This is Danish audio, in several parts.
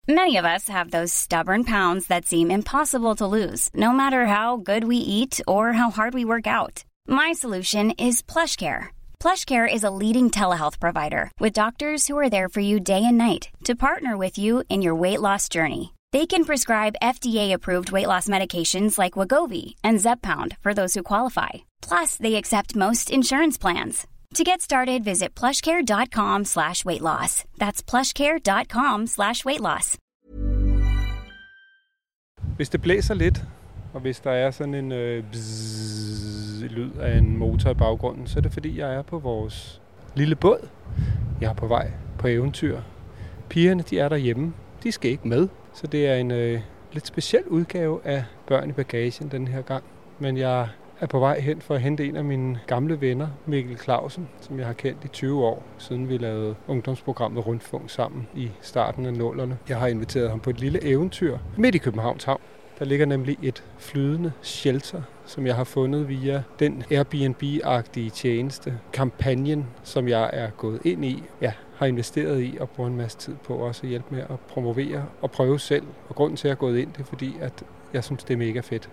Many of us have those stubborn pounds that seem impossible to lose, no matter how good we eat or how hard we work out. My solution is PlushCare. PlushCare is a leading telehealth provider with doctors who are there for you day and night to partner with you in your weight loss journey. They can prescribe FDA-approved weight loss medications like Wegovy and Zepbound for those who qualify. Plus, they accept most insurance plans. To get started, visit plushcare.com/weightloss. That's plushcare.com/weightloss. Hvis det blæser lidt, og hvis der er sådan en lyd af en motor i baggrunden, så er det fordi, jeg er på vores lille båd. Jeg er på vej på eventyr. Pigerne, de er derhjemme. De skal ikke med, så det er en lidt speciel udgave af Børn i bagagen den her gang. Men jeg er på vej hen for at hente en af mine gamle venner, Mikkel Clausen, som jeg har kendt i 20 år, siden vi lavede ungdomsprogrammet Rundfunk sammen i starten af 00'erne. Jeg har inviteret ham på et lille eventyr midt i Københavns Havn. Der ligger nemlig et flydende shelter, som jeg har fundet via den Airbnb-agtige tjeneste, Kampagnen, som jeg er gået ind i. Jeg har investeret i og bruger en masse tid på også at hjælpe med at promovere og prøve selv. Og grunden til, at jeg er gået ind, det er fordi, at jeg synes, det er mega fedt.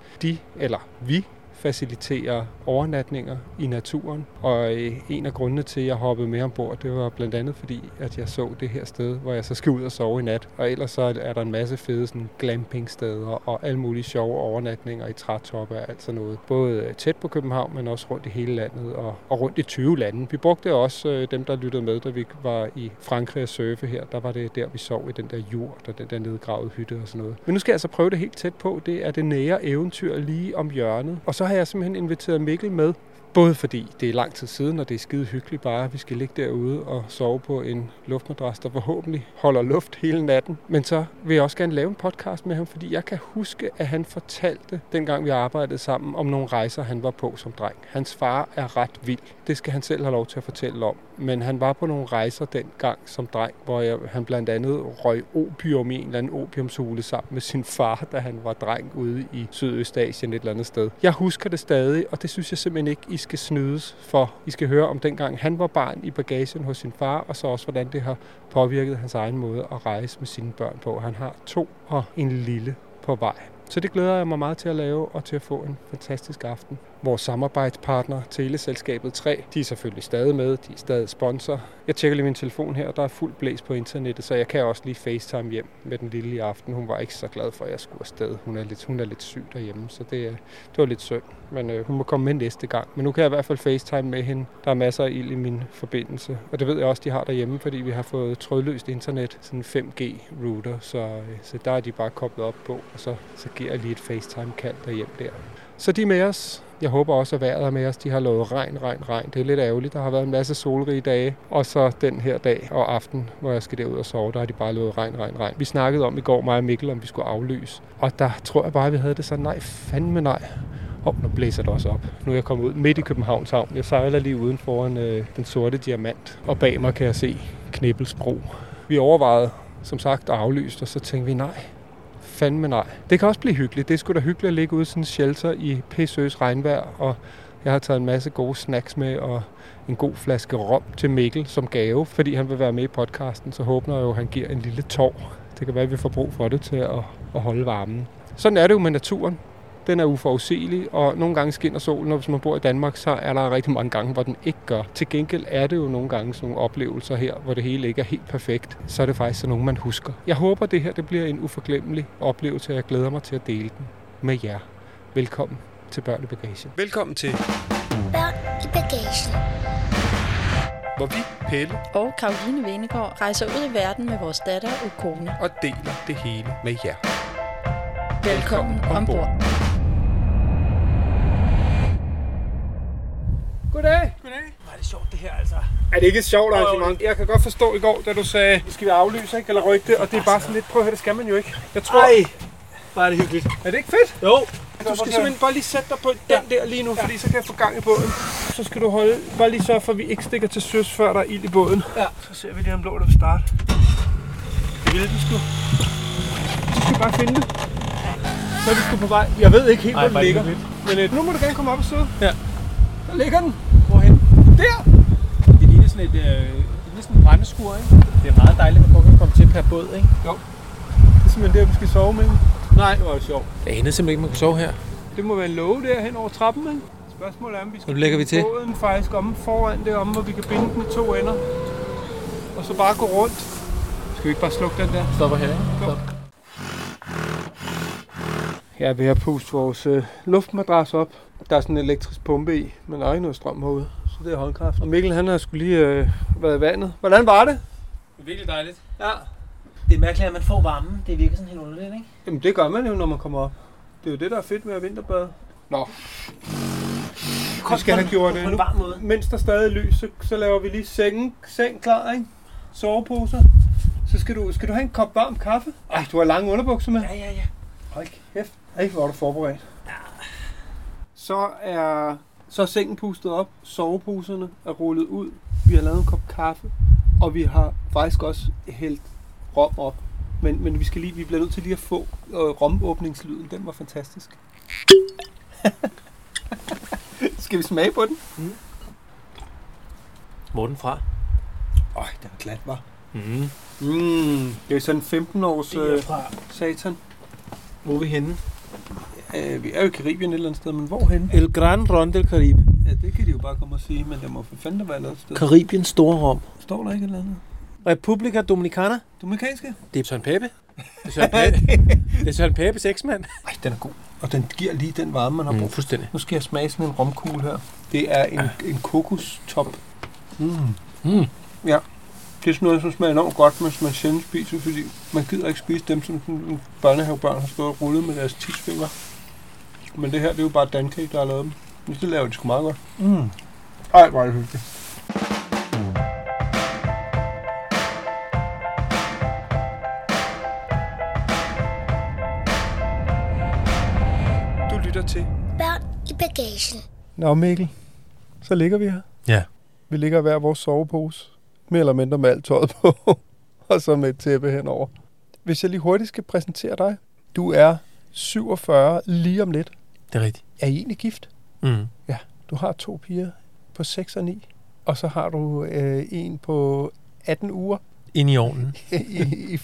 Vi faciliterer overnatninger i naturen, og en af grundene til, at jeg hoppede med ombord, det var blandt andet fordi, at jeg så det her sted, hvor jeg så skal ud og sove i nat. Og ellers så er der en masse fede sådan glampingsteder og alle mulige sjove overnatninger i trætoppe og alt sådan noget. Både tæt på København, men også rundt i hele landet og rundt i 20 lande. Vi brugte også dem, der lyttede med, da vi var i Frankrig og surfe her. Der var det der, vi sov i den der jord og den der nedgravede hytte og sådan noget. Men nu skal jeg altså prøve det helt tæt på. Det er det nære eventyr lige om hjørnet. Og så har jeg simpelthen inviteret Mikkel med, både fordi det er lang tid siden, og det er skide hyggeligt bare, vi skal ligge derude og sove på en luftmadras, der forhåbentlig holder luft hele natten. Men så vil jeg også gerne lave en podcast med ham, fordi jeg kan huske, at han fortalte, dengang vi arbejdede sammen, om nogle rejser, han var på som dreng. Hans far er ret vild. Det skal han selv have lov til at fortælle om. Men han var på nogle rejser dengang som dreng, hvor han blandt andet røg opium i en eller anden opiumshule sammen med sin far, da han var dreng ude i Sydøstasien et eller andet sted. Jeg husker det stadig, og det synes jeg simpelthen ikke, I skal snydes for. I skal høre om dengang han var barn i bagagen hos sin far, og så også hvordan det har påvirket hans egen måde at rejse med sine børn på. Han har 2 og en lille på vej. Så det glæder jeg mig meget til at lave og til at få en fantastisk aften. Vores samarbejdspartner, Teleselskabet 3, de er selvfølgelig stadig med, de er stadig sponsor. Jeg tjekker lige min telefon her, der er fuld blæs på internettet, så jeg kan også lige FaceTime hjem med den lille i aften. Hun var ikke så glad for, at jeg skulle afsted. Hun er lidt syg derhjemme, så det var lidt synd. Men hun må komme med næste gang. Men nu kan jeg i hvert fald FaceTime med hende. Der er masser af ild i min forbindelse. Og det ved jeg også, de har derhjemme, fordi vi har fået trådløst internet, sådan en 5G-router. Så der er de bare koblet op på, og så giver jeg lige et FaceTime-kald derhjemme der. Så de er med os. Jeg håber også, at vejret er med os. De har lovet regn. Det er lidt ærgerligt. Der har været en masse solrige dage. Og så den her dag og aften, hvor jeg skal derud og sove, der har de bare lovet regn. Vi snakkede om i går, mig og Mikkel, om vi skulle aflyse. Og der tror jeg bare, at vi havde det sådan, nej, fandme nej. Nu blæser det også op. Nu er jeg kommet ud midt i Københavns Havn. Jeg sejler lige uden foran den sorte diamant. Og bag mig kan jeg se Knippelsbro. Vi overvejede, som sagt, at aflyse, og så tænkte vi nej. Fandme nej. Det kan også blive hyggeligt. Det er sgu da hyggeligt at ligge ude i sådan en shelter i pissøs regnvejr, og jeg har taget en masse gode snacks med, og en god flaske rom til Mikkel som gave, fordi han vil være med i podcasten, så håber jeg jo, at han giver en lille tår. Det kan være, at vi får brug for det til at holde varmen. Sådan er det jo med naturen. Den er uforudsigelig, og nogle gange skinner solen, og hvis man bor i Danmark, så er der rigtig mange gange, hvor den ikke gør. Til gengæld er det jo nogle gange sådan nogle oplevelser her, hvor det hele ikke er helt perfekt. Så er det faktisk sådan nogle, man husker. Jeg håber, det her det bliver en uforglemmelig oplevelse, og jeg glæder mig til at dele den med jer. Velkommen til Børn i bagagen. Velkommen til Børn i bagagen. Hvor vi, Pelle og Caroline Venegård, rejser ud i verden med vores datter og kone. Og deler det hele med jer. Velkommen ombord. Goddag. Hvor er det sjovt det her, altså. Er det ikke et sjovt arrangement? Jeg kan godt forstå i går, da du sagde, skal vi aflyse, ikke? Eller rykke det, og det er bare sådan lidt, prøv at høre, det skal man jo ikke. Jeg tror... Ej, bare er det hyggeligt. Er det ikke fedt? Jo. Du skal simpelthen bare lige sætte dig på den der lige nu, fordi så kan jeg få gang i båden. Så skal du bare lige sørge for, at vi ikke stikker til søs, før der er ild i båden. Ja, så ser vi lige om blå, der vil starte. Det vil den sgu. Så skal vi bare finde det. Så er vi sgu på vej. Jeg ved ikke helt, hvor den ligger. Men nu må du gerne komme op og sidde. Ja. Der ligger den. Hvorhen? Der! Det ligner sådan et, næsten en brændeskur, ikke? Det er meget dejligt, at man kan komme til per båd, ikke? Jo. simpelthen der, vi skal sove med. Nej, det var jo sjovt. Jeg anede simpelthen ikke, man kunne sove her. Det må være en låge der hen over trappen, ikke? Spørgsmålet er, om vi skal Nu lægger vi til. båden faktisk om foran det, om hvor vi kan binde den med 2 ender. Og så bare gå rundt. Skal vi ikke bare slukke den der? Stopper her, ikke? Stop. Jeg er ved at puste vores luftmadras op. Der er sådan en elektrisk pumpe i, men der er ikke noget strøm herude. Så det er håndkraft. Og Mikkel, han har sgu lige været i vandet. Hvordan var det? Virkelig dejligt. Ja. Det er mærkeligt, at man får varmen. Det virker sådan helt underligt, ikke? Jamen det gør man jo, når man kommer op. Det er jo det, der er fedt med at vinterbade. Nå. Vi skal have gjort det nu. Mens der stadig er lys, så laver vi lige seng klar, ikke? Soveposer. Så skal du have en kop varm kaffe. Ej, du har lange underbukser med. Ja. Hold kæft. Ej, hvor er du forberedt. Ja. Så er sengen pustet op. Soveposerne er rullet ud. Vi har lavet en kop kaffe. Og vi har faktisk også hældt rom op. Men vi bliver nødt til lige at få romåbningslyden. Den var fantastisk. Skal vi smage på den? Hvor er den fra? Den er glat, var. Det er sådan 15 års satan. Hvor er vi henne? Vi er jo i Karibien et eller andet sted, men hvor henne? El Gran Ron del Caribe. Ja, det kan de jo bare komme og sige, men der må for fanden være et sted. Karibiens store rom. Står der ikke et eller andet? Republika Dominicana. Dominikanske? Det er Søren Pape. Det er Søren Papes eksmand. Ej, den er god. Og den giver lige den varme, man har brug. Fuldstændig. Nu skal jeg smage sådan en romkugle her. Det er en kokostop. Ja. Det er sådan noget, som smager enormt godt, men man sjældent spiser, fordi man gider ikke spise dem, som børnehavebørn har stået og rullet med deres tidsfinger. Men det her, det er jo bare dancake, der har lavet dem. Hvis det laver de sgu meget godt. Ej, hvor er det hyggeligt. Du lytter til Børn i bagagen. Nå Mikkel, så ligger vi her. Ja. Vi ligger hver vores sovepose. Mere eller mindre med alt tøjet på. Og så med et tæppe henover. Hvis jeg lige hurtigt skal præsentere dig. Du er 47 lige om lidt. Det er rigtigt. Er I egentlig gift? Ja. Du har 2 piger på 6 og 9. Og så har du en på 18 uger. Ind i ovnen. I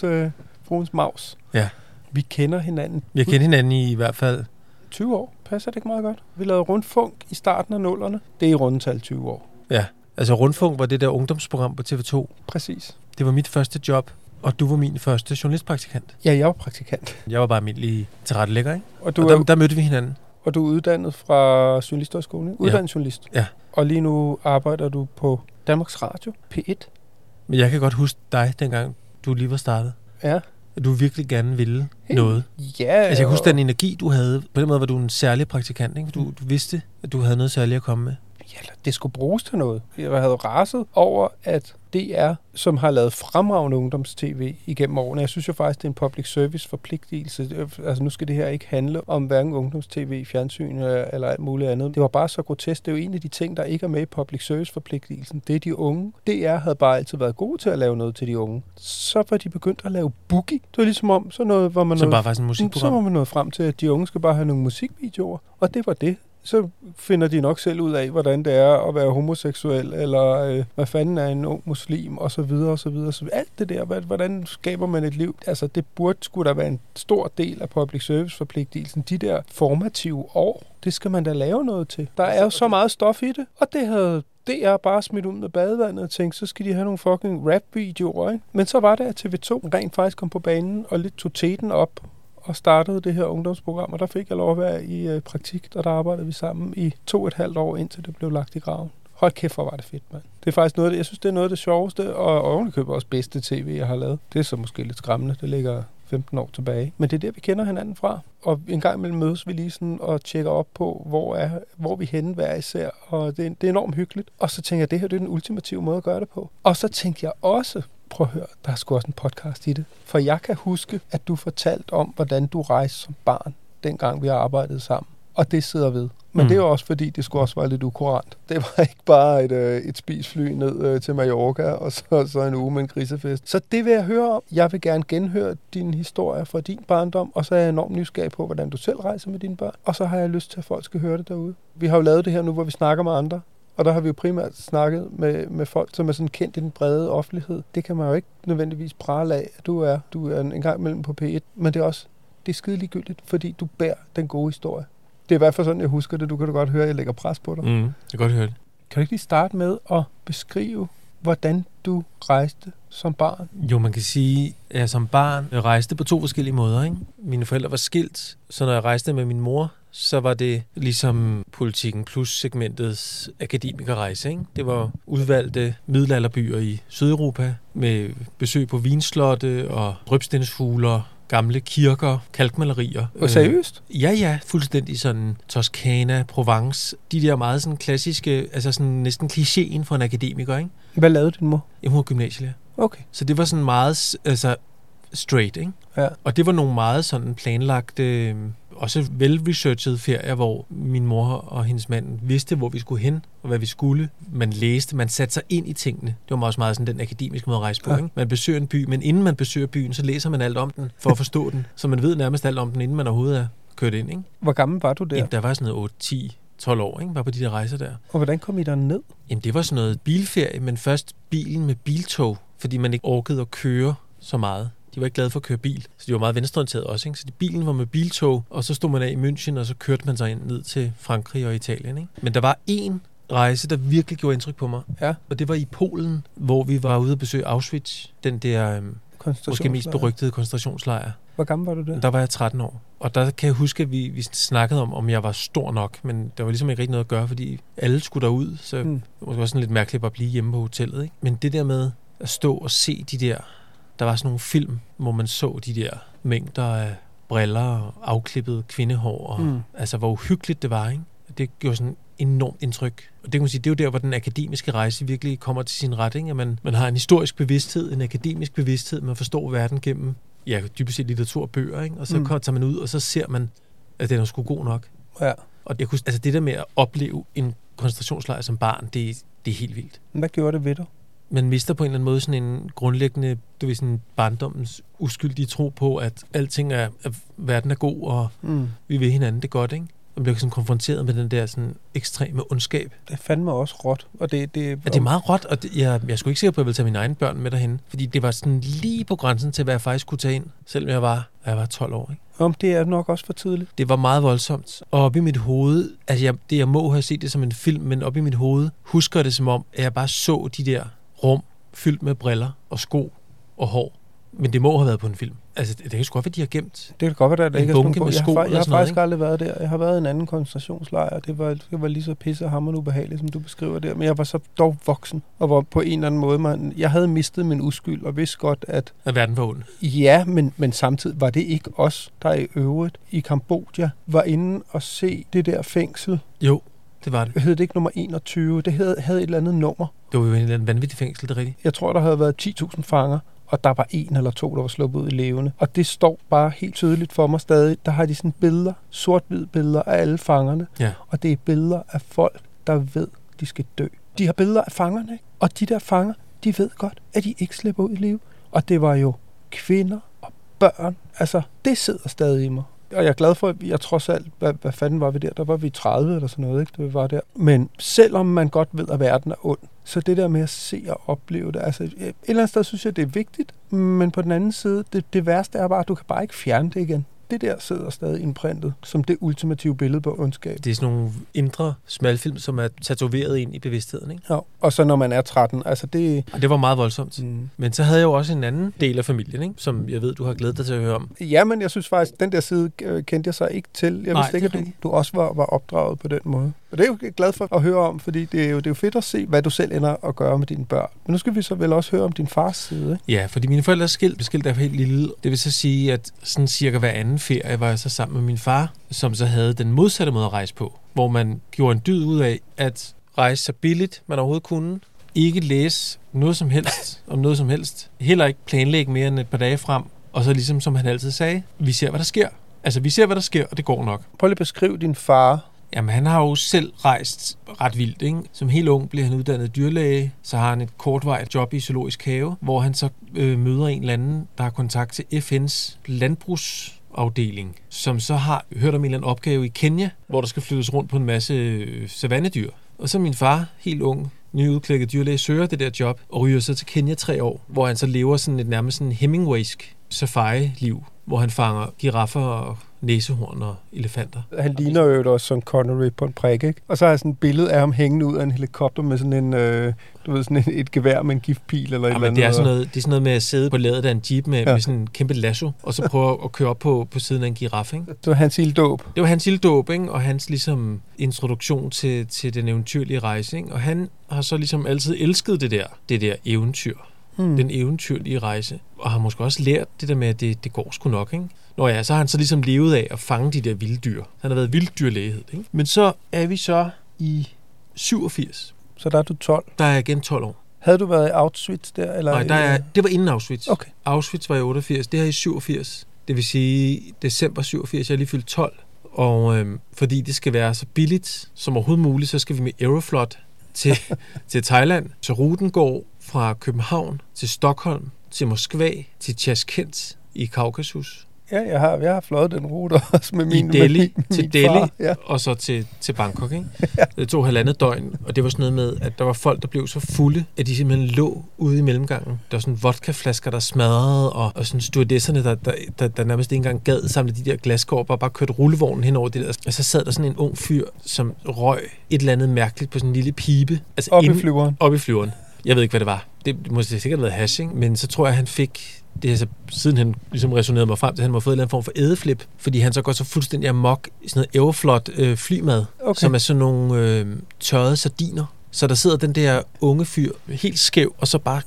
fruens maus. Ja. Vi kender hinanden. Vi har kendt hinanden i hvert fald 20 år. Passer det ikke meget godt? Vi lavede Rundfunk i starten af 00'erne. Det er i rundetal 20 år. Ja. Altså Rundfunk var det der ungdomsprogram på TV2. Præcis. Det var mit første job, og du var min første journalistpraktikant. Ja, jeg var praktikant. Jeg var bare almindelig tilrettelægger, ikke? Og der mødte vi hinanden. Og du er uddannet fra Journalisthøjskolen. Uddannet journalist. Ja. Og lige nu arbejder du på Danmarks Radio, P1. Men jeg kan godt huske dig, dengang du lige var startet. Ja. At du virkelig gerne ville noget. Ja. Altså jeg kan huske den energi, du havde. På den måde var du en særlig praktikant, ikke? Du vidste, at du havde noget særligt at komme med. Ja, det skulle bruges til noget. Jeg havde raset over, at DR, som har lavet fremragende ungdoms-tv igennem årene, jeg synes jo faktisk, det er en public service forpligtelse. Altså nu skal det her ikke handle om hverken ungdoms-tv, fjernsyn eller alt muligt andet. Det var bare så grotesk. Det er jo en af de ting, der ikke er med i public service forpligtelsen. Det er de unge. DR havde bare altid været gode til at lave noget til de unge. Så var de begyndt at lave boogie. Det var ligesom om, så noget, hvor man så bare faktisk en musikprogram. Så var man nået frem til, at de unge skal bare have nogle musikvideoer. Og det var det. Så finder de nok selv ud af, hvordan det er at være homoseksuel, eller hvad fanden er en ung muslim, og så videre, og så videre. Så alt det der, hvordan skaber man et liv? Altså, det skulle da være en stor del af public service-forpligtelsen. De der formative år, det skal man da lave noget til. Der er jo så meget stof i det, og det havde DR bare smidt ud med badevandet og tænkte, så skal de have nogle fucking rap-videoer, ikke? Men så var det, at TV2 rent faktisk kom på banen og lidt tog teten op og startede det her ungdomsprogram, og der fik jeg lov at være i praktik, og der arbejdede vi sammen i 2,5 år, indtil det blev lagt i graven. Hold kæft, hvor var det fedt, mand. Det er faktisk noget af det, jeg synes, det er noget af det sjoveste, og ovenikøbet også bedste tv, jeg har lavet. Det er så måske lidt skræmmende, det ligger 15 år tilbage. Men det er der, vi kender hinanden fra, og en gang imellem mødes vi lige sådan og tjekker op på, hvor vi henne hver især, og det er enormt hyggeligt. Og så tænker jeg, det her det er den ultimative måde at gøre det på. Og så tænker jeg også, prøv at høre, der er sgu også en podcast i det. For jeg kan huske, at du fortalte om, hvordan du rejste som barn, dengang vi har arbejdet sammen. Og det sidder ved. Men det er jo også fordi, det skulle også være lidt ukurant. Det var ikke bare et spisfly ned til Mallorca, og så en uge med en grisefest. Så det vil jeg høre om. Jeg vil gerne genhøre din historie fra din barndom, og så er jeg enormt nysgerrig på, hvordan du selv rejser med dine børn. Og så har jeg lyst til, at folk skal høre det derude. Vi har jo lavet det her nu, hvor vi snakker med andre. og der har vi jo primært snakket med folk, som er sådan kendt i den brede offentlighed. Det kan man jo ikke nødvendigvis prale af, at du er en gang imellem på P1, men det er skide ligegyldigt, fordi du bærer den gode historie. Det er i hvert fald sådan, jeg husker det. Du kan da godt høre, at jeg lægger pres på dig. Jeg kan godt høre det. Kan du ikke lige starte med at beskrive, hvordan du rejste som barn? Jo, man kan sige, at jeg som barn rejste på 2 forskellige måder. Ikke? Mine forældre var skilt, så når jeg rejste med min mor, så var det ligesom Politikken Plus segmentets akademikerrejse. Ikke? Det var udvalgte middelalderbyer i Sydeuropa med besøg på vinslotte og drøbstenshuler, gamle kirker, kalkmalerier. Og seriøst? Ja, fuldstændig sådan Toscana, Provence. De der meget sådan klassiske, altså sådan næsten klichéen for en akademiker, ikke? Hvad lavede din mor? Hun var gymnasielærer. Okay. Så det var sådan meget straight, ikke? Ja. Og det var nogle meget sådan planlagte, også vel-researchede ferier, hvor min mor og hendes mand vidste, hvor vi skulle hen, og hvad vi skulle. Man læste, man satte sig ind i tingene. Det var også meget sådan den akademiske måde at rejse på. Ikke? Man besøger en by, men inden man besøger byen, så læser man alt om den, for at forstå den. Så man ved nærmest alt om den, inden man overhovedet er kørt ind. Ikke? Hvor gammel var du der? Jamen, der var sådan noget 8, 10, 12 år, ikke? Var på de der rejser der. Og hvordan kom I der ned? Jamen, det var sådan noget bilferie, men først bilen med biltog, fordi man ikke orkede at køre så meget. De var ikke glade for at køre bil, så de var meget venstreorienteret også. Ikke? Så bilen var med biltog, og så stod man af i München, og så kørte man sig ind ned til Frankrig og Italien. Ikke? Men der var én rejse, der virkelig gjorde indtryk på mig, og det var i Polen, hvor vi var ude at besøge Auschwitz, den der måske mest berygtede koncentrationslejr. Hvor gammel var du der? Der var jeg 13 år, og der kan jeg huske, at vi snakkede om jeg var stor nok, men der var ligesom ikke rigtig noget at gøre, fordi alle skulle derud, så det var sådan lidt mærkeligt at blive hjemme på hotellet. Ikke? Men det der med at stå og se de der. Der var sådan nogle film, hvor man så de der mængder af briller og afklippet kvindehår, og altså hvor uhyggeligt det var, ikke? Det gjorde sådan enormt indtryk. Og det kan man sige, det er jo der, hvor den akademiske rejse virkelig kommer til sin ret, ikke? At man har en historisk bevidsthed, en akademisk bevidsthed, man forstår verden gennem, dybest set litteratur og bøger, ikke? Og så tager man ud, og så ser man, at den er sgu god nok. Ja. Og jeg kunne, altså det der med at opleve en koncentrationslejr som barn, det er helt vildt. Hvad gjorde det ved dig? Man mister på en eller anden måde sådan en grundlæggende, sådan barndommens uskyldige tro på, at alting at verden er god, og vi vil hinanden det godt, ikke? Man bliver sådan konfronteret med den der sådan ekstreme ondskab. Det er fandme også råt. Og det er meget råt, og jeg er sgu ikke sikker på, at jeg vil tage mine egne børn med derhen, fordi det var sådan lige på grænsen til, hvad jeg faktisk kunne tage ind, selvom jeg var 12 år, ikke? Det er nok også for tidligt. Det var meget voldsomt. Og op i mit hoved, altså jeg må have set det som en film, men op i mit hoved husker det som om, at jeg bare så de der rum fyldt med briller og sko og hår. Men det må have været på en film. Altså, det kan sgu godt være, de har gemt. Det kan godt være, der ikke er bunke med sko. Jeg har faktisk aldrig været der. Jeg har været i en anden koncentrationslejr. Det var lige så pissehammerende ubehageligt, som du beskriver der. Men jeg var så dog voksen, og var på en eller anden måde, jeg havde mistet min uskyld, og vidste godt, at verden var ond. Ja, men samtidig var det ikke os, der i øvrigt i Kambodja var inde og se det der fængsel. Jo. Det var det. Hed det ikke nummer 21? Det havde et eller andet nummer. Det var jo en vanvittig fængsel, det er rigtigt. Jeg tror, der havde været 10.000 fanger, og der var 1 eller 2, der var sluppet ud i levende. Og det står bare helt tydeligt for mig stadig. Der har de sådan billeder, sort-hvid billeder af alle fangerne. Ja. Og det er billeder af folk, der ved, de skal dø. De har billeder af fangerne, ikke? Og de der fanger, de ved godt, at de ikke slipper ud i live. Og det var jo kvinder og børn. Altså, det sidder stadig i mig. Og jeg er glad for, at jeg trods alt, hvad fanden var vi der? Der var vi 30 eller sådan noget, ikke? Det var der. Men selvom man godt ved, at verden er ond, så det der med at se og opleve det, altså et eller andet sted synes jeg, det er vigtigt, men på den anden side, det værste er bare, at du kan bare ikke fjerne det igen. Det der sidder stadig indprintet som det ultimative billede på ondskab. Det er sådan nogle indre smalfilm, som er tatoveret ind i bevidstheden, ikke? Ja, og så når man er 13, altså det... Og det var meget voldsomt. Men så havde jeg jo også en anden del af familien, ikke? Som jeg ved, du har glædet dig til at høre om. Ja, men jeg synes faktisk, den der side kendte jeg så ikke til. Jeg vidste ikke, at du også var opdraget på den måde. Og det er jeg jo glad for at høre om, fordi det er jo fedt at se, hvad du selv ender at gøre med dine børn. Men nu skal vi så vel også høre om din fars side, ikke? Ja, fordi mine forældre er skilt af helt lille. Det vil så sige, at sådan cirka hver anden ferie var jeg så sammen med min far, som så havde den modsatte måde at rejse på, hvor man gjorde en dyd ud af at rejse så billigt, man overhovedet kunne. Ikke læse noget som helst om noget som helst. Heller ikke planlægge mere end et par dage frem. Og så ligesom som han altid sagde, vi ser, hvad der sker. Altså, vi ser, hvad der sker, og det går nok. Prøv lige at beskrive din far. Jamen, han har jo selv rejst ret vildt, ikke? Som helt ung blev han uddannet dyrlæge, så har han et kortvarigt job i zoologisk have, hvor han så møder en eller anden, der har kontakt til FN's landbrugsafdeling, som så har hørt om en eller anden opgave i Kenya, hvor der skal flyttes rundt på en masse savannedyr. Og så min far, helt ung, nyudklækket dyrlæge, søger det der job og ryger så til Kenya 3 år, hvor han så lever sådan et nærmest sådan Hemingwaysk safari-liv, hvor han fanger giraffer og næsehorn og elefanter. Han ligner jo også Sean Connery på en prik, ikke? Og så har jeg sådan et billede af ham hængende ud af en helikopter med sådan en, sådan et gevær med en giftpil eller et eller andet. Det er sådan noget med at sidde på ladet af en jeep med sådan en kæmpe lasso, og så prøve at køre op på siden af en giraf, ikke? Det var hans ilddåb. Det var hans ilddåb, ikke? Og hans ligesom introduktion til den eventyrlige rejse, ikke? Og han har så ligesom altid elsket det der eventyr. Den eventyrlige rejse, og har måske også lært det der med, at det går sgu nok, ikke? Nå ja, så har han så ligesom levet af at fange de der vilde dyr. Han har været vilddyrlæge, ikke? Men så er vi så i 87. Så der er du 12? Der er igen 12 år. Havde du været i Auschwitz der? Eller Nej, det var inden Auschwitz. Okay. Auschwitz var i 88, det her i 87. Det vil sige december 87, jeg er lige fyldt 12. Og fordi det skal være så billigt som overhovedet muligt, så skal vi med Aeroflot til Thailand. Så ruten går fra København til Stockholm, til Moskva, til Tashkent i Kaukasus. Ja, jeg har fløjet den rute også med min Delhi, til Delhi, ja. Og så til Bangkok, ikke? Ja. Det tog 1,5 døgn, og det var sådan noget med, at der var folk, der blev så fulde, at de simpelthen lå ude i mellemgangen. Der var sådan vodkaflasker, der smadrede, og sådan stewardesserne, der nærmest ikke engang gad samle de der glaskorper, og bare kørte rullevognen hen over det der. Og så sad der sådan en ung fyr, som røg et eller andet mærkeligt på sådan en lille pibe. Altså Op i flyveren. Jeg ved ikke, hvad det var. Det måske sikkert været hashing, men så tror jeg, han fik det, altså, siden han ligesom resonerede mig frem til, at han må have fået en eller anden form for ædeflip, fordi han så går så fuldstændig amok i sådan noget Aeroflot flymad, som er sådan nogle tørrede sardiner. Så der sidder den der unge fyr helt skæv, og så bare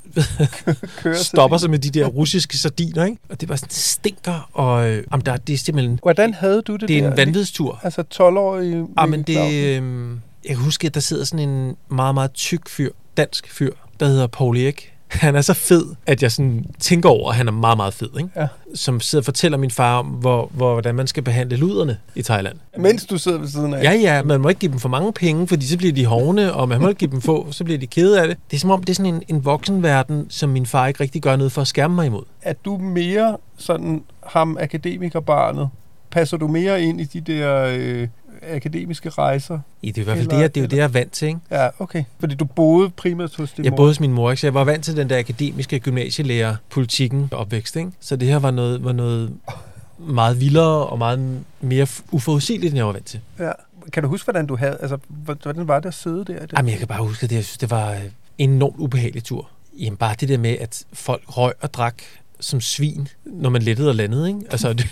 stopper sig med de der russiske sardiner, ikke? Og det bare sådan stinker, og det er simpelthen... Hvordan havde du det der? Det er en vanvidstur. Altså 12-årig... Men det... jeg kan huske, at der sidder sådan en meget, meget tyk fyr, dansk fyr, der hedder Paul Erik. Han er så fed, at jeg sådan tænker over, at han er meget, meget fed, ikke? Ja. Som sidder og fortæller min far om, hvordan man skal behandle luderne i Thailand. Mens du sidder ved siden af? Ja, man må ikke give dem for mange penge, fordi så bliver de hovne, og man må ikke give dem få, så bliver de kede af det. Det er som om, det er sådan en voksenverden, som min far ikke rigtig gør noget for at skærme mig imod. Er du mere sådan ham akademikerbarnet? Passer du mere ind i de der... akademiske rejser? Ja, det er i hvert fald det er jo det, jeg er vant til, ikke? Ja, okay. Fordi du boede primært hos din mor? Jeg boede hos min mor, ikke? Så jeg var vant til den der akademiske gymnasielærer-politikken opvækst, ikke? Så det her var noget meget vildere og meget mere uforudsigeligt, end jeg var vant til. Ja. Kan du huske, hvordan du havde... Altså, hvordan var det at sidde der? Jamen, jeg kan bare huske det. Jeg synes, det var en enormt ubehagelig tur. Jamen, bare det der med, at folk røg og drak som svin, når man lettede og landede, ikke?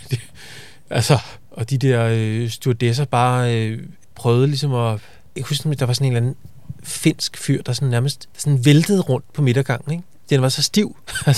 Altså, og de der stewardesser bare prøvede ligesom at... Jeg husker, der var sådan en eller anden finsk fyr, der sådan nærmest sådan væltede rundt på midtergangen, ikke? Den var så stiv.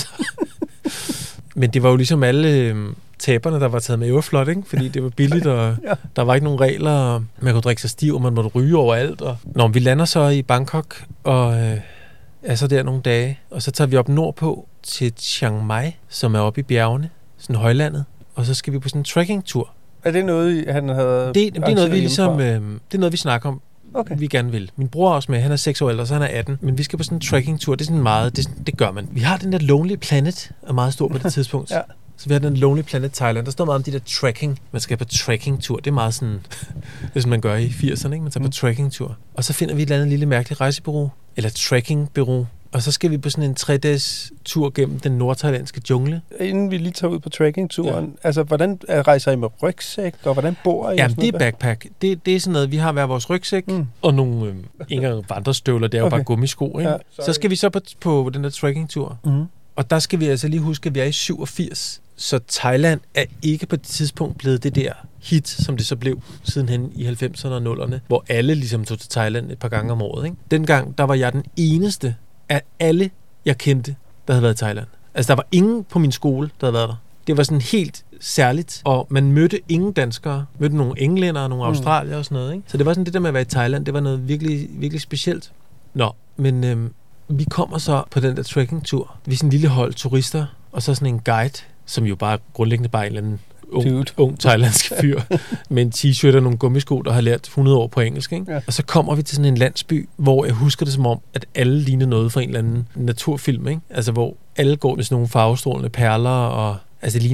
Men det var jo ligesom alle taberne, der var taget med Aeroflot, ikke? Fordi det var billigt, og der var ikke nogen regler, og man kunne drikke sig stiv, og man måtte ryge overalt. Når vi lander så i Bangkok, og er så der nogle dage, og så tager vi op nordpå til Chiang Mai, som er oppe i bjergene, sådan højlandet, og så skal vi på sådan en trekkingtur. Er det noget, han havde... Det er noget, vi ligesom... det er noget, vi snakker om, vi gerne vil. Min bror er også med, han er 6 år ældre, så han er 18. Men vi skal på sådan en trekkingtur, det er sådan meget... Det gør man. Vi har den der Lonely Planet, er meget stor på det tidspunkt. Ja. Så vi har den Lonely Planet Thailand. Der står meget om de der trekking. Man skal på trekkingtur. Det er meget sådan... det er sådan, man gør i 80'erne, ikke? Man tager på trekkingtur. Og så finder vi et eller andet lille mærkeligt rejsebureau. Eller trekkingbureau. Og så skal vi på sådan en 3-dages tur gennem den nordthailandske jungle. Inden vi lige tager ud på trekkingturen, altså hvordan rejser I med rygsæk, og hvordan bor I? Jamen, det er backpack. Det er sådan noget, vi har hver vores rygsæk, og nogle ikke engang vandrestøvler, det er jo bare gummisko, ikke? Ja, så skal vi så på den der trekkingtur. Og der skal vi altså lige huske, at vi er i 87. Så Thailand er ikke på det tidspunkt blevet det der hit, som det så blev sidenhen i 90'erne og 0'erne, hvor alle ligesom tog til Thailand et par gange om året, ikke? Dengang, der var jeg den eneste af alle, jeg kendte, der havde været i Thailand. Altså, der var ingen på min skole, der havde været der. Det var sådan helt særligt, og man mødte ingen danskere. Mødte nogle englændere og nogle australier og sådan noget, ikke? Så det var sådan det der med at være i Thailand, det var noget virkelig, virkelig specielt. Nå, men vi kommer så på den der trekkingtur. Vi er sådan en lille hold turister, og så sådan en guide, som jo bare grundlæggende bare en eller anden ung thailandsk fyr med en t-shirt og nogle gummisko, der har lært 100 år på engelsk, ikke? Ja. Og så kommer vi til sådan en landsby, hvor jeg husker det som om, at alle ligner noget fra en eller anden naturfilm, ikke? Altså, hvor alle går med sådan nogle farvestrålende perler, og altså, det ligner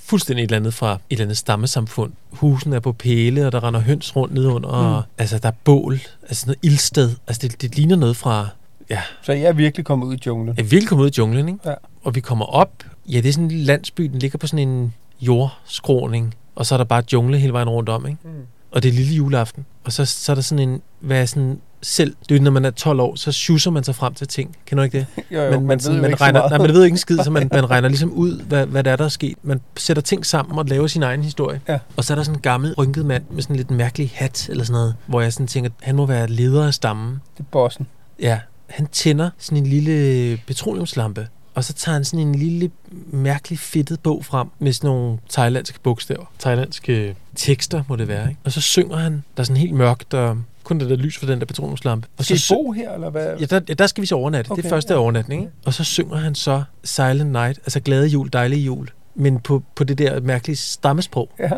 fuldstændig et eller andet fra et eller andet stammesamfund. Husen er på pæle, og der render høns rundt nedenunder, og altså, der er bål, altså noget ildsted. Altså, det ligner noget fra... Ja. Så jeg er virkelig kommet ud i junglen? Jeg er virkelig kommet ud i junglen, ikke? Ja. Og vi kommer op. Ja, det er sådan en lille landsby, den ligger på sådan en jordskråning, og så er der bare jungle hele vejen rundt om, ikke? Og det er lille juleaften. Og så er der sådan en... Hvad er sådan... Selv, det er jo, når man er 12 år, så schusser man sig frem til ting. Kender du ikke det? Jo, man ved ikke en skid, så man regner ligesom ud, hvad der er sket. Man sætter ting sammen og laver sin egen historie. Ja. Og så er der sådan en gammel, rynket mand med sådan en lidt mærkelig hat eller sådan noget, hvor jeg sådan tænker, han må være leder af stammen. Det er bossen. Ja, han tænder sådan en lille petroleumslampe, og så tager han sådan en lille, mærkelig fedtet bog frem med sådan nogle thailandske bogstaver. Thailandske tekster, må det være, ikke? Og så synger han, der er sådan helt mørkt, og kun der lys for den der petroleumslampe. Og skal I bo her, eller hvad? Ja, der skal vi så overnatte. Okay, det er første overnatning, ikke? Og så synger han så Silent Night, altså glade jul, dejlige jul, men på det der mærkelige stammesprog. Ja.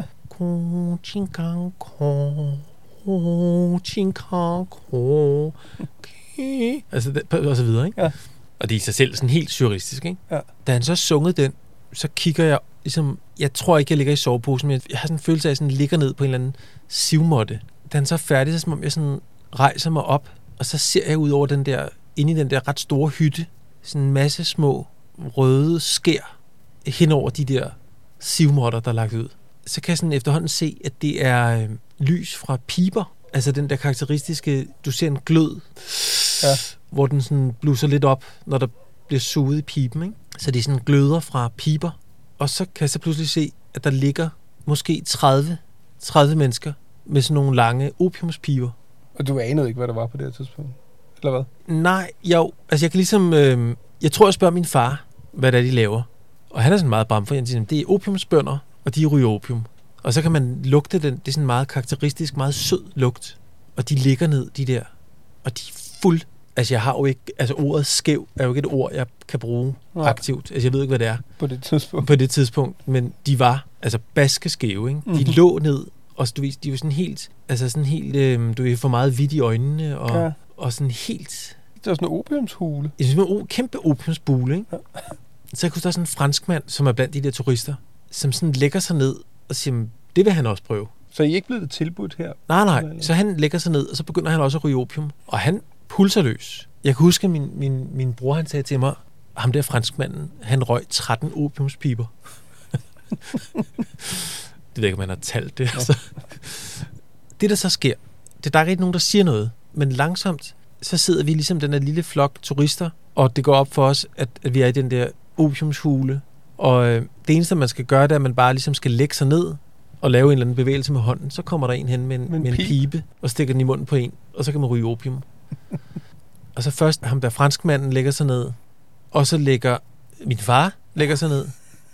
Altså, og så videre, ikke? Ja. Og det er i sig selv sådan helt surrealistisk, ikke? Ja. Da han så sunget den, så kigger jeg ligesom... Jeg tror ikke, jeg ligger i soveposen, men jeg har sådan en følelse af, at jeg sådan ligger ned på en eller anden sivmåtte. Da han så er færdig, så som om jeg sådan rejser mig op, og så ser jeg ud over den der... Inde i den der ret store hytte, sådan en masse små røde skær hen over de der sivmåtter, der er lagt ud. Så kan jeg sådan efterhånden se, at det er lys fra piber. Altså den der karakteristiske... Du ser en glød, ja, hvor den sådan blusser lidt op, når der bliver suget i pipen, ikke? Så det er sådan gløder fra piber. Og så kan jeg så pludselig se, at der ligger måske 30 mennesker med sådan nogle lange opiumspiber. Og du anede ikke, hvad der var på det her tidspunkt? Eller hvad? Nej, jo. Altså jeg kan ligesom... jeg tror, jeg spørger min far, hvad det er, de laver. Og han er sådan meget bramfor. Han siger, det er opiumsbønder, og de ryger opium. Og så kan man lugte den. Det er sådan meget karakteristisk, meget sød lugt. Og de ligger ned, de der. Og de er fuld... Altså, jeg har jo ikke... Altså, ordet skæv er jo ikke et ord, jeg kan bruge aktivt. Altså, jeg ved ikke, hvad det er. På det tidspunkt. Men de var, altså, baskeskæve, ikke? De lå ned, og du ved, de var sådan helt... Altså, sådan helt... du ved, for meget hvidt i øjnene, og sådan helt... Det var sådan en opiumshule. Det var en kæmpe opiumsbule, ikke? Ja. Så jeg kunne der sådan en franskmand, som er blandt de der turister, som sådan lægger sig ned og siger, det vil han også prøve. Så I er ikke blevet tilbudt her? Nej. Så han lægger sig ned, og så begynder han også at ryge opium. Og han pulser løs. Jeg kan huske, at min bror, han sagde til mig, ham der franskmanden, han røg 13 opiumspiber. Det ved ikke, om han har talt det. Altså. Det, der så sker, der er ikke nogen, der siger noget, men langsomt, så sidder vi ligesom den der lille flok turister, og det går op for os, at vi er i den der opiumshule. Og det eneste, man skal gøre, det er, at man bare ligesom skal lægge sig ned og lave en eller anden bevægelse med hånden. Så kommer der en hen med en pibe og stikker den i munden på en, og så kan man ryge opium. Og så først ham der franskmanden lægger sig ned, og så lægger min far lægger sig ned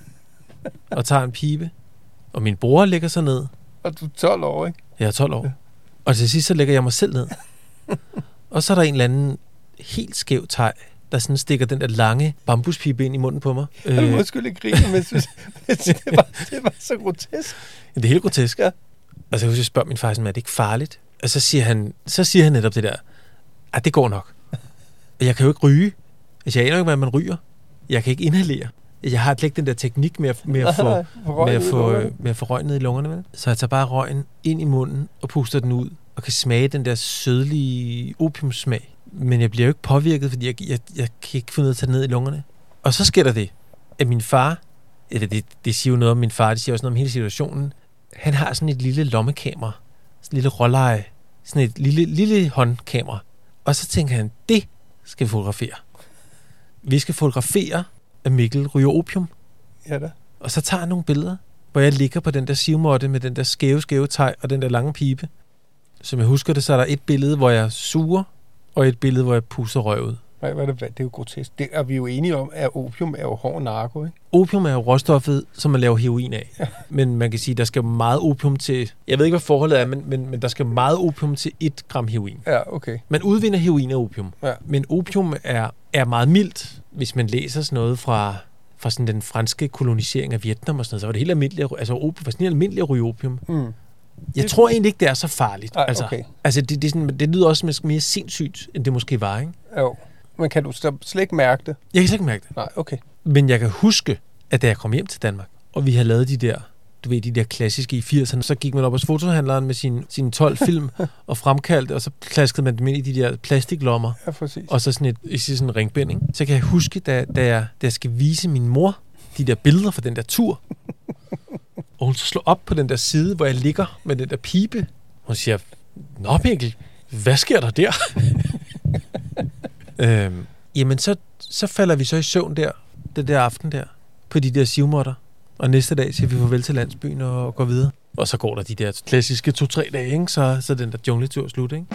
og tager en pibe, og min bror lægger sig ned. Og du er 12 år, ikke? Jeg er 12 år. Ja. Og til sidst så lægger jeg mig selv ned. Og så er der en eller anden helt skæv thai, der sådan stikker den der lange bambuspibe ind i munden på mig. Du må sgu ikke grine, men det var så grotesk. Ja, det er helt grotesk. Ja. Og så jeg spørger min far sådan, er det ikke farligt? Og så siger han netop det der, det går nok. Jeg kan jo ikke ryge. Altså, jeg aner ikke, hvad man ryger. Jeg kan ikke inhalere. Jeg har ikke den der teknik med at få røg ned i lungerne. Vel? Så jeg tager bare røgen ind i munden og puster den ud og kan smage den der sødlige opiumsmag. Men jeg bliver jo ikke påvirket, fordi jeg kan ikke få noget at tage ned i lungerne. Og så sker der det, at min far, det siger jo noget om min far, det siger også noget om hele situationen, han har sådan et lille lommekamera, sådan et lille råleje, sådan et lille håndkamera. Og så tænker han, det skal vi fotografere. Vi skal fotografere, at Mikkel ryger opium. Ja da. Og så tager jeg nogle billeder, hvor jeg ligger på den der sivmåtte med den der skæve thai og den der lange pibe. Som jeg husker det, så er der et billede, hvor jeg suger, og et billede, hvor jeg puster røv ud. Det er jo grotesk. Det er vi jo enige om, at opium er jo hård narko, ikke? Opium er jo råstoffet, som man laver heroin af. Ja. Men man kan sige, der skal meget opium til... Jeg ved ikke, hvad forholdet er, men der skal meget opium til 1 gram heroin. Ja, okay. Man udvinder heroin af opium. Ja. Men opium er meget mildt, hvis man læser sådan noget fra sådan den franske kolonisering af Vietnam og sådan noget. Så var det helt almindeligt, altså opium var sådan helt almindeligt at ryge opium. Mm. Jeg tror egentlig ikke, det er så farligt. Ej, okay. Altså det lyder også mere sindssygt, end det måske var, ikke? Jo. Men kan du slet ikke mærke det? Jeg kan slet ikke mærke det. Nej, okay. Men jeg kan huske, at da jeg kom hjem til Danmark, og vi havde lavet de der klassiske i 80'erne. Så gik man op hos fotohandleren med sine 12 film og fremkaldte, og så klaskede man dem ind i de der plastiklommer. Ja, præcis. Og så sådan en ringbind, ikke? Så kan jeg huske, da jeg skal vise min mor de der billeder fra den der tur, og hun så slår op på den der side, hvor jeg ligger med den der pibe. Hun siger, nå Mikkel, hvad sker der der? Jamen, så falder vi så i søvn den der aften der, på de der sivmåtter. Og næste dag siger vi farvel til landsbyen og går videre. Og så går der de der klassiske 2-3 dage, ikke? Så den der jungletur slut, ikke?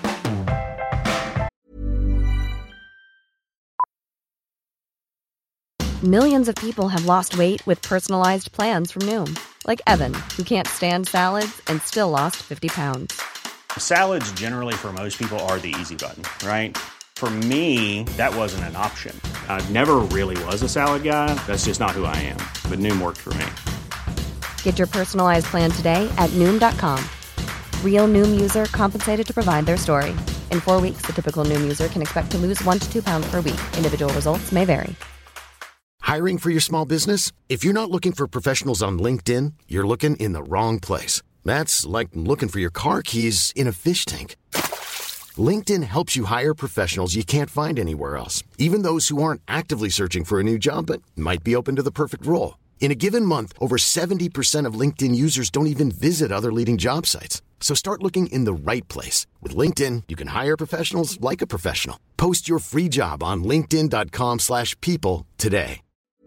Millions of people have lost weight with personalized plans from Noom. Like Evan, who can't stand salads and still lost 50 pounds. Salads generally for most people are the easy button, right? For me, that wasn't an option. I never really was a salad guy. That's just not who I am. But Noom worked for me. Get your personalized plan today at Noom.com. Real Noom user compensated to provide their story. In 4 weeks, the typical Noom user can expect to lose 1 to 2 pounds per week. Individual results may vary. Hiring for your small business? If you're not looking for professionals on LinkedIn, you're looking in the wrong place. That's like looking for your car keys in a fish tank. LinkedIn helps you hire professionals you can't find anywhere else, even those who aren't actively searching for a new job but might be open to the perfect role. In a given month, over 70% of LinkedIn users don't even visit other leading job sites. So start looking in the right place. With LinkedIn, you can hire professionals like a professional. Post your free job on linkedin.com/people today.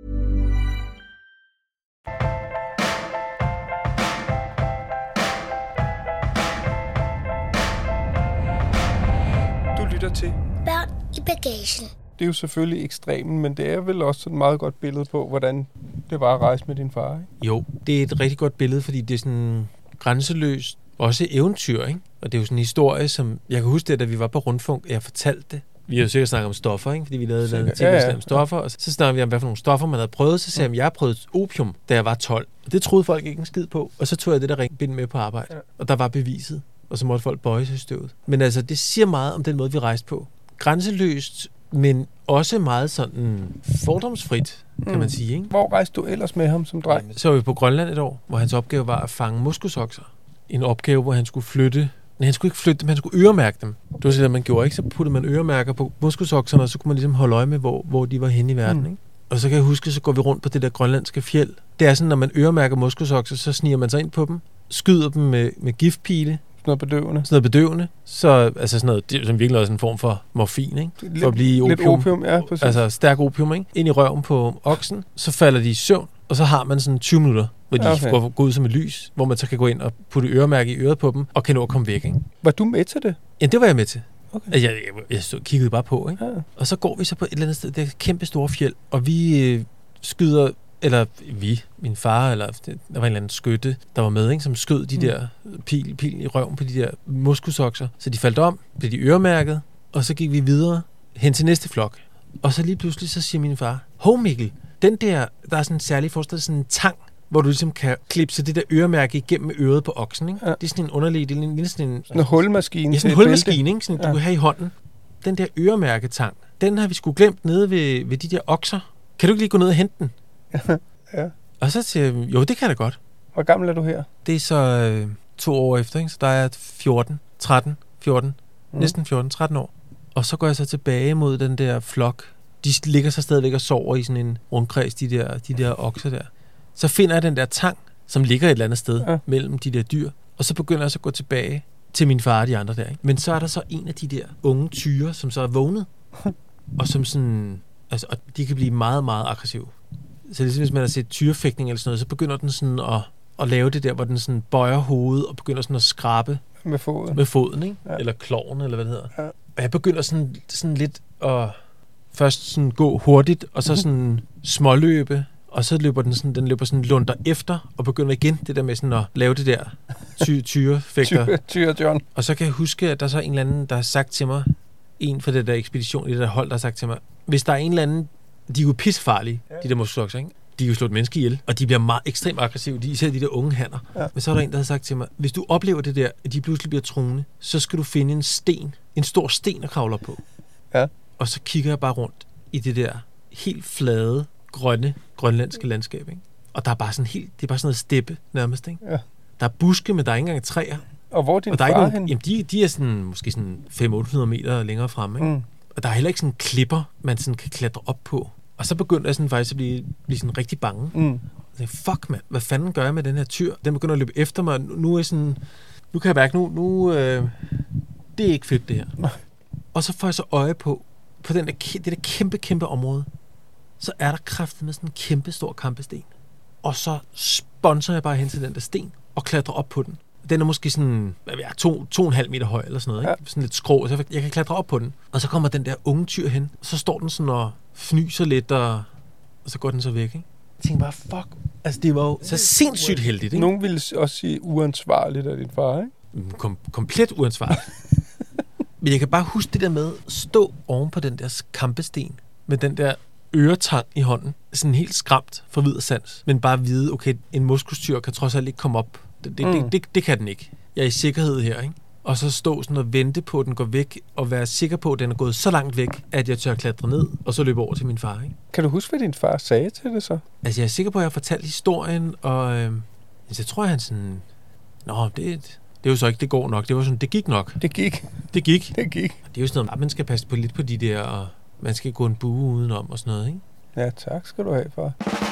Lytter til Børn i bagagen. Det er jo selvfølgelig ekstremen, men det er vel også et meget godt billede på, hvordan det var at rejse med din far, ikke? Jo, det er et rigtig godt billede, fordi det er sådan grænseløst. Også eventyr, ikke? Og det er jo sådan en historie, som... Jeg kan huske det, da vi var på Rundfunk, jeg fortalte det. Vi har jo sikkert snakket om stoffer, ikke? Fordi vi lavede en ting om stoffer. Og så snakkede vi om, hvad for nogle stoffer man havde prøvet. Så sagde jeg, jeg prøvede opium, da jeg var 12. Og det troede folk ikke en skid på. Og så tog jeg det der ringbind med på arbejde. Ja. Og der var beviset. Og så måtte folk bøje sig i støvet. Men altså, det siger meget om den måde, vi rejste på. Grænseløst, men også meget sådan fordomsfrit, kan man sige, ikke? Hvor rejste du ellers med ham som dreng? Så var vi på Grønland et år, hvor hans opgave var at fange moskusokser. En opgave, hvor han skulle flytte... Nej, han skulle ikke flytte dem, han skulle øremærke dem. Det var sådan, at man gjorde, ikke? Så puttede man øremærker på moskusokserne, og så kunne man ligesom holde øje med, hvor de var henne i verden, ikke? Og så kan jeg huske, så går vi rundt på det der grønlandske fjeld. Det er sådan, når man øremærker moskusokser, så sniger man sig ind på dem, skyder dem med giftpile. Sådan noget bedøvende. Så altså sådan noget, det er som virkelig også en form for morfin, ikke? For at blive opium. Lidt opium, ja, præcis. Altså stærk opium, ikke? Ind i røven på oksen, så falder de i søvn, og så har man sådan 20 minutter, hvor de går ud som et lys, hvor man så kan gå ind og putte øremærke i øret på dem, og kan nå at komme væk, ikke? Var du med til det? Ja, det var jeg med til. Okay. Jeg kiggede bare på, ikke? Ja. Og så går vi så på et eller andet sted, det er et kæmpe store fjeld, og vi skyder... Eller min far, eller der var en eller anden skytte, der var med, ikke, som skød de der pil i røven på de der moskusokser. Så de faldt om, blev de øremærket, og så gik vi videre hen til næste flok. Og så lige pludselig, så siger min far, hov Mikkel, den der er sådan en særlig forestillet, sådan en tang, hvor du ligesom kan klipse det der øremærke igennem øret på oksen, ikke? Ja. Det er sådan en underlig, det er sådan en hulmaskine. Ja, sådan en hulmaskine, ikke? Sådan, du kan have i hånden. Den der øremærketang, den har vi sgu glemt nede ved de der okser. Kan du ikke lige gå ned og hente den? Ja. Og så siger jeg, jo, det kan jeg da godt. Hvor gammel er du her? Det er så 2 år efter, ikke? Så der er 14, næsten 13 år. Og så går jeg så tilbage mod den der flok. De ligger så stadigvæk og sover i sådan en rundkreds, de der okser der. Så finder jeg den der tang, som ligger et eller andet sted mellem de der dyr. Og så begynder jeg så at gå tilbage til min far og de andre der, ikke? Men så er der så en af de der unge tyre, som så er vågnet. Og som sådan... Altså, og de kan blive meget, meget aggressive. Så ligesom hvis man har set tyrefægtning eller sådan noget, så begynder den sådan at lave det der, hvor den sådan bøjer hovedet og begynder sådan at skrabe med foden, ikke? Ja. Eller kloven, eller hvad det hedder. Ja. Og jeg begynder sådan lidt at først sådan gå hurtigt, og så sådan småløbe, og så løber den løber sådan lunder efter, og begynder igen det der med sådan at lave det der tyrefægter. Tyre John. Og så kan jeg huske, at der er så en eller anden, der har sagt til mig, en fra det der ekspedition, det der hold, der har sagt til mig, hvis der er en eller anden, de er jo pissefarlige, de der moskusokser, ikke? De kan jo slå et menneske ihjel, og de bliver meget ekstremt aggressive, især de der unge hanner. Ja. Men så er der en, der har sagt til mig, hvis du oplever det der, at de pludselig bliver truende, så skal du finde en stor sten at kravle op på. Ja. Og så kigger jeg bare rundt i det der helt flade, grønne, grønlandske landskab, ikke? Og der er bare sådan helt, det er bare sådan noget steppe nærmest, ikke? Ja. Der er buske, men der er ikke engang træer. Og hvor er din og der er far ikke hen? Jamen, de er sådan, måske sådan 500-800 meter længere fremme, ikke? Og der er heller ikke sådan klipper, man sådan kan klatre op på. Og så begyndte jeg sådan faktisk at blive sådan rigtig bange. Jeg tænkte, fuck mand, hvad fanden gør jeg med den her tyr? Den begynder at løbe efter mig. Nu er jeg sådan, nu kan jeg mærke, det er ikke fedt det her. Og så får jeg så øje på det der kæmpe område. Så er der kraftigt med sådan en kæmpe stor kampesten. Og så sponser jeg bare hen til den der sten og klatrer op på den. Den er måske sådan 2,5 meter høj eller sådan noget, ikke? Ja. Sådan lidt skrå, så jeg kan klatre op på den. Og så kommer den der unge tyr hen, og så står den sådan og fnyser lidt, og så går den så væk, ikke? Jeg tænker bare, fuck. Altså, det var jo så sindssygt heldigt, ikke? Nogen ville også sige uansvarligt af din far, ikke? Komplet uansvarligt. Men jeg kan bare huske det der med at stå oven på den der kampesten, med den der øretang i hånden. Sådan helt skræmt for vid og sans. Men bare vide, okay, en moskustyr kan trods alt ikke komme op. Det kan den ikke. Jeg er i sikkerhed her, ikke? Og så stå sådan og vente på, at den går væk, og være sikker på, at den er gået så langt væk, at jeg tør klatre ned, og så løbe over til min far, ikke? Kan du huske, hvad din far sagde til det så? Altså, jeg er sikker på, at jeg har fortalt historien, og jeg tror, han sådan... Nå, det er jo så ikke, det går nok. Det var sådan, det gik nok. Det gik. Det gik. Det gik. Det er jo sådan noget, man skal passe på lidt på de der, og man skal gå en bue udenom og sådan noget, ikke? Ja, tak skal du have, far.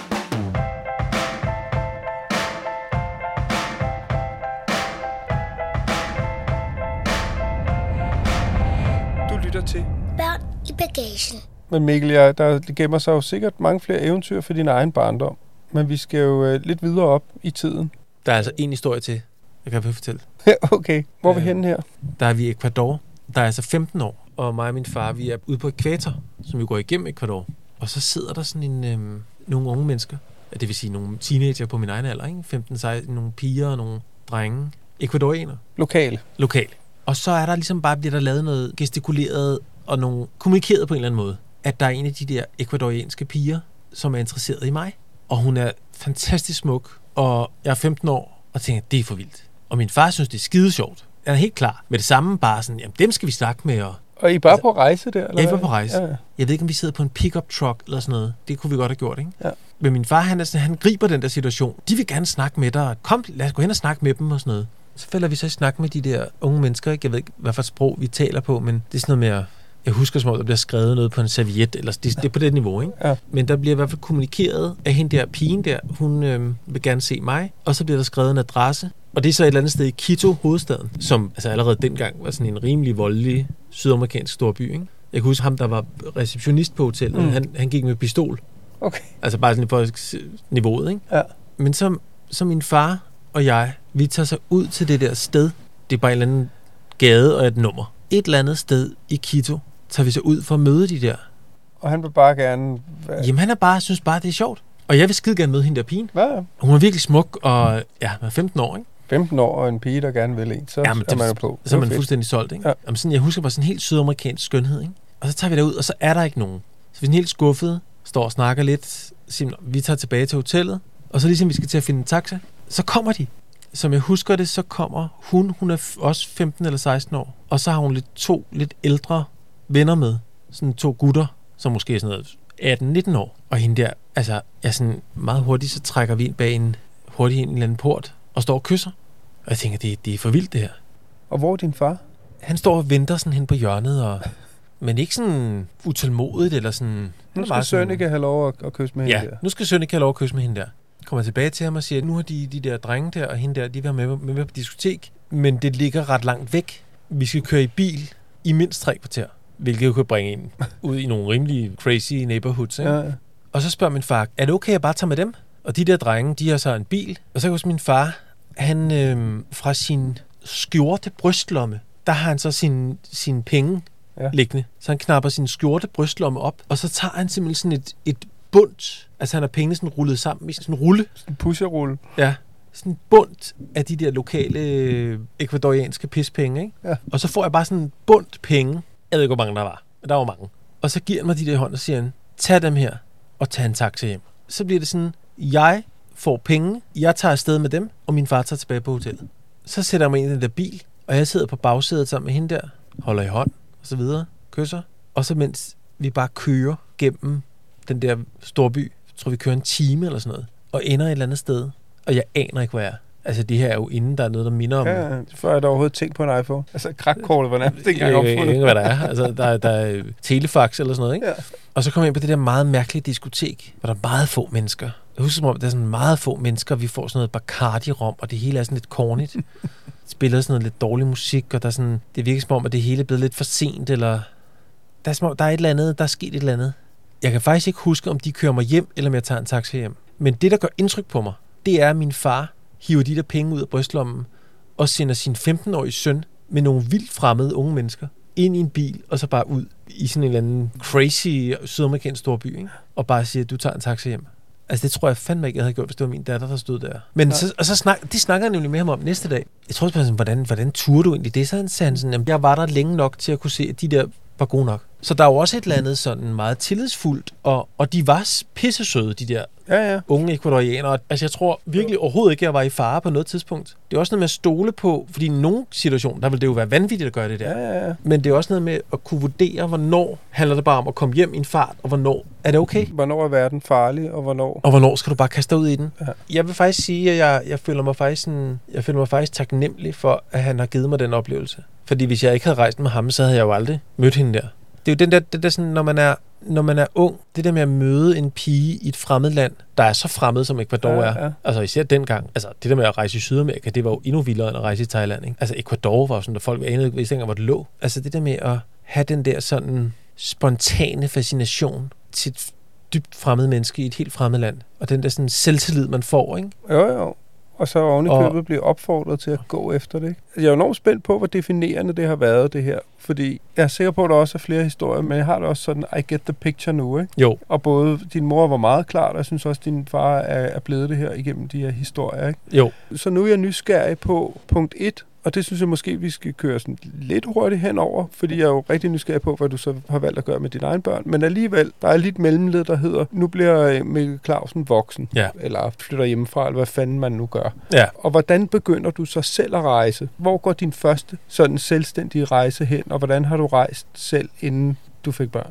Til. Børn i bagagen. Men Mikkel, der gemmer sig jo sikkert mange flere eventyr for din egen barndom. Men vi skal jo lidt videre op i tiden. Der er altså en historie til, jeg kan fortælle. Ja, okay. Hvor er vi henne her? Der er vi i Ecuador. Der er altså 15 år, og mig og min far, vi er ude på ækvator, som vi går igennem Ecuador. Og så sidder der sådan nogle unge mennesker, det vil sige nogle teenager på min egen alder, ikke? 15-16, nogle piger og nogle drenge. Ecuadorianer. Lokale. Og så er der ligesom bare, bliver der lavet noget gestikuleret og nogle kommunikeret på en eller anden måde, at der er en af de der ecuadorianske piger, som er interesseret i mig. Og hun er fantastisk smuk, og jeg er 15 år, og tænker, det er for vildt. Og min far synes, det er skide sjovt. Han er helt klar med det samme, bare sådan, jamen dem skal vi snakke med. Og I er bare på rejse der? Eller jeg var på rejse. Ja. Jeg ved ikke, om vi sidder på en pickup truck eller sådan noget. Det kunne vi godt have gjort, ikke? Ja. Men min far, han griber den der situation. De vil gerne snakke med dig. Kom, lad os gå hen og snakke med dem og sådan noget. Så falder vi så i snak med de der unge mennesker, ikke? Jeg ved ikke, hvad for sprog vi taler på, men det er sådan noget med jeg husker som om, der bliver skrevet noget på en serviet, eller det er på det niveau, ikke? Ja. Men der bliver i hvert fald kommunikeret af hende der pigen der, hun vil gerne se mig, og så bliver der skrevet en adresse, og det er så et eller andet sted i Quito, hovedstaden, som altså allerede dengang var sådan en rimelig voldelig sydamerikansk storby, ikke? Jeg kan huske ham, der var receptionist på hotellet, han gik med pistol. Okay. Altså bare sådan på niveauet, ikke? Ja. Men så min far og jeg, vi tager så ud til det der sted. Det er bare en eller anden gade og et nummer. Et eller andet sted i Quito tager vi så ud for at møde de der. Og han vil bare gerne... Jamen han synes bare, det er sjovt. Og jeg vil skide gerne møde hende der pigen. Ja. Hun er virkelig smuk, og ja, man er 15 år, ikke? 15 år og en pige, der gerne vil en, så er man jo på. Så er man fuldstændig solgt, ikke? Ja. Jamen sådan, jeg husker bare sådan en helt sydamerikansk skønhed, ikke? Og så tager vi derud, og så er der ikke nogen. Så vi er sådan helt skuffede, står og snakker lidt, siger, vi tager tilbage til hotellet, og så ligesom vi skal til at finde en taxa, så kommer de. Som jeg husker det, så kommer hun er også 15 eller 16 år, og så har hun to lidt ældre venner med, sådan 2 gutter, som måske er sådan noget 18-19 år. Og hende der, altså, er sådan meget hurtigt, så trækker vi ind bag en eller anden port, og står og kysser. Og jeg tænker, det er for vildt det her. Og hvor er din far? Han står og venter sådan hen på hjørnet, men ikke sådan utålmodigt, eller sådan... Nu skal Sønneke have lov at kysse med hende der. Ja, nu skal Sønneke have lov at kysse med hende der. Kommer tilbage til ham og siger, at nu har de der drenge der og hende der, de vil være med på diskotek, men det ligger ret langt væk. Vi skal køre i bil i mindst 3 kvarter, hvilket jo kan bringe en ud i nogle rimelig crazy neighborhoods. Ikke? Ja. Og så spørger min far, er det okay, at jeg bare tager med dem? Og de der drenge, de har så en bil. Og så kan min far, han fra sin skjorte brystlomme, der har han så sine penge liggende. Så han knapper sin skjorte brystlomme op, og så tager han simpelthen sådan et bundt. Altså han har pengene sådan rullet sammen i sådan en rulle. Sådan en pusherrulle. Ja. Sådan en bundt af de der lokale ecuadorianske pispenge, ikke? Ja. Og så får jeg bare sådan en bundt penge. Jeg ved ikke, hvor mange der var. Men der var mange. Og så giver han mig de der i hånden og siger han, tag dem her og tag en taxa hjem. Så bliver det sådan, jeg får penge, jeg tager afsted med dem, og min far tager tilbage på hotellet. Så sætter jeg mig ind i den der bil, og jeg sidder på bagsædet sammen med hende der, holder i hånd og så videre, kysser. Og så mens vi bare kører gennem den der storby, jeg tror vi kører en time eller sådan noget. og ender et eller andet sted, og jeg aner ikke, hvor jeg er. Altså, det her er jo inden, der er noget, der minder om... Ja, før jeg da overhovedet tænkt på en iPhone. Altså, krakkortet var nærmest ikke engang opfundet. Jeg ved ikke, hvad der er. Altså, der er telefax eller sådan noget, ikke? Ja. Og så kommer jeg ind på det der meget mærkelige diskotek, hvor der er meget få mennesker. Jeg husker, som om der er sådan meget få mennesker, vi får sådan noget Bacardi-rom, og det hele er sådan lidt cornigt. Spiller sådan noget lidt dårlig musik, og der er sådan, det virker som om, at det hele er blevet lidt for sent, eller... Der er et eller andet, der er sket et eller andet. Jeg kan faktisk ikke huske, om de kører mig hjem, eller om jeg tager en taxa hjem. Men det, der gør indtryk på mig, det er, at min far hiver de der penge ud af brystlommen og sender sin 15-årige søn med nogle vildt fremmede unge mennesker ind i en bil, og så bare ud i sådan en eller anden crazy sydamerikansk storby, ikke? Og bare siger, at du tager en taxa hjem. Altså, det tror jeg fandme ikke, jeg havde gjort, hvis det var min datter, der stod der. Men de snakker nemlig med ham om næste dag. Jeg tror sådan, hvordan turde du egentlig det? Så han sagde sådan, jeg var der længe nok til at kunne se, at de der var gode nok. Så der er jo også et eller andet sådan meget tillidsfuldt, og de var pissesøde, de der unge ecuadorianere. Altså, jeg tror virkelig overhovedet ikke, at jeg var i fare på noget tidspunkt. Det er også noget med at stole på, fordi i nogle situationer, der vil det jo være vanvittigt at gøre det der. Ja. Men det er også noget med at kunne vurdere, hvornår handler det bare om at komme hjem i en fart, og hvornår er det okay? Hvornår er verden farlig, og hvornår? Og hvornår skal du bare kaste dig ud i den? Ja. Jeg vil faktisk sige, at jeg føler mig faktisk taknemmelig for, at han har givet mig den oplevelse. Fordi hvis jeg ikke havde rejst med ham, så havde jeg jo aldrig mødt hende der. Det er jo det der sådan, når man er ung, det der med at møde en pige i et fremmed land, der er så fremmed, som Ecuador er. Altså især dengang. Altså det der med at rejse i Sydamerika, det var jo endnu vildere end at rejse i Thailand, ikke? Altså Ecuador var jo sådan, at folk anede ikke, engang, hvor det lå. Altså det der med at have den der sådan spontane fascination til et dybt fremmed menneske i et helt fremmed land. Og den der sådan selvtillid, man får, ikke? Jo. Og så oven i købet blive opfordret til at gå efter det. Jeg er enormt spændt på, hvor definerende det har været, det her. Fordi jeg er sikker på, at der også er flere historier, men jeg har det også sådan, I get the picture nu, ikke? Jo. Og både din mor var meget klar, og jeg synes også, at din far er blevet det her igennem de her historier, ikke? Jo. Så nu er jeg nysgerrig på punkt 1, og det synes jeg måske, vi skal køre sådan lidt hurtigt henover, fordi jeg er jo rigtig nysgerrig på, hvad du så har valgt at gøre med dine egne børn. Men alligevel, der er lidt mellemled, der hedder, nu bliver Mikkel Clausen voksen, eller flytter hjemmefra, eller hvad fanden man nu gør. Ja. Og hvordan begynder du så selv at rejse? Hvor går din første sådan selvstændige rejse hen, og hvordan har du rejst selv, inden du fik børn?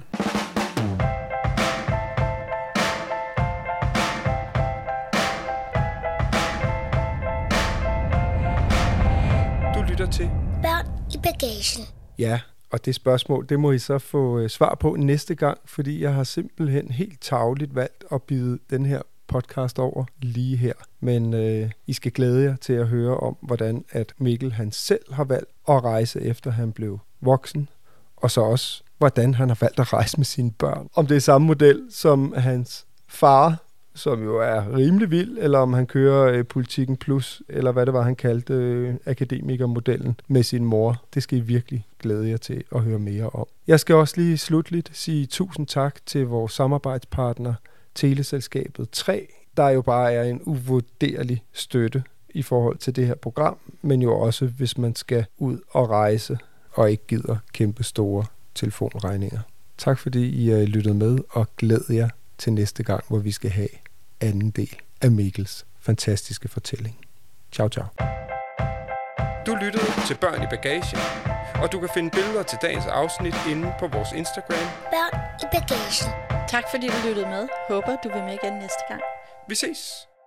Til Børn i bagagen. Ja, og det spørgsmål, det må I så få svar på næste gang, fordi jeg har simpelthen helt tarveligt valgt at bide den her podcast over lige her. Men I skal glæde jer til at høre om, hvordan at Mikkel han selv har valgt at rejse, efter han blev voksen, og så også, hvordan han har valgt at rejse med sine børn. Om det er samme model som hans far, som jo er rimelig vild, eller om han kører Politikken Plus, eller hvad det var, han kaldte akademikermodellen med sin mor. Det skal I virkelig glæde jer til at høre mere om. Jeg skal også lige slutligt sige tusind tak til vores samarbejdspartner, Teleselskabet 3, der jo bare er en uvurderlig støtte i forhold til det her program, men jo også, hvis man skal ud og rejse, og ikke gider kæmpe store telefonregninger. Tak fordi I lyttede med, og glæd jer til næste gang, hvor vi skal have anden del af Mikkels fantastiske fortælling. Ciao, ciao. Du lyttede til Børn i bagagen, og du kan finde billeder til dagens afsnit inde på vores Instagram. Børn i bagagen. Tak fordi du lyttede med. Håber du vil med igen næste gang. Vi ses.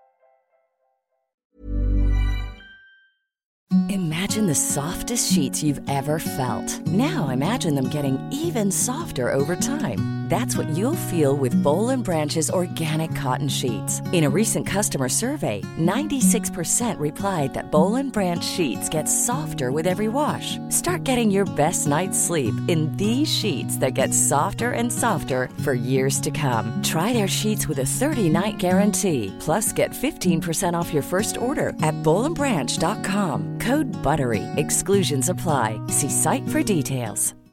Imagine the softest sheets you've ever felt. Now imagine them getting even softer over time. That's what you'll feel with Boll & Branch's organic cotton sheets. In a recent customer survey, 96% replied that Boll & Branch sheets get softer with every wash. Start getting your best night's sleep in these sheets that get softer and softer for years to come. Try their sheets with a 30-night guarantee. Plus, get 15% off your first order at bollandbranch.com. Code BUTTERY. Exclusions apply. See site for details.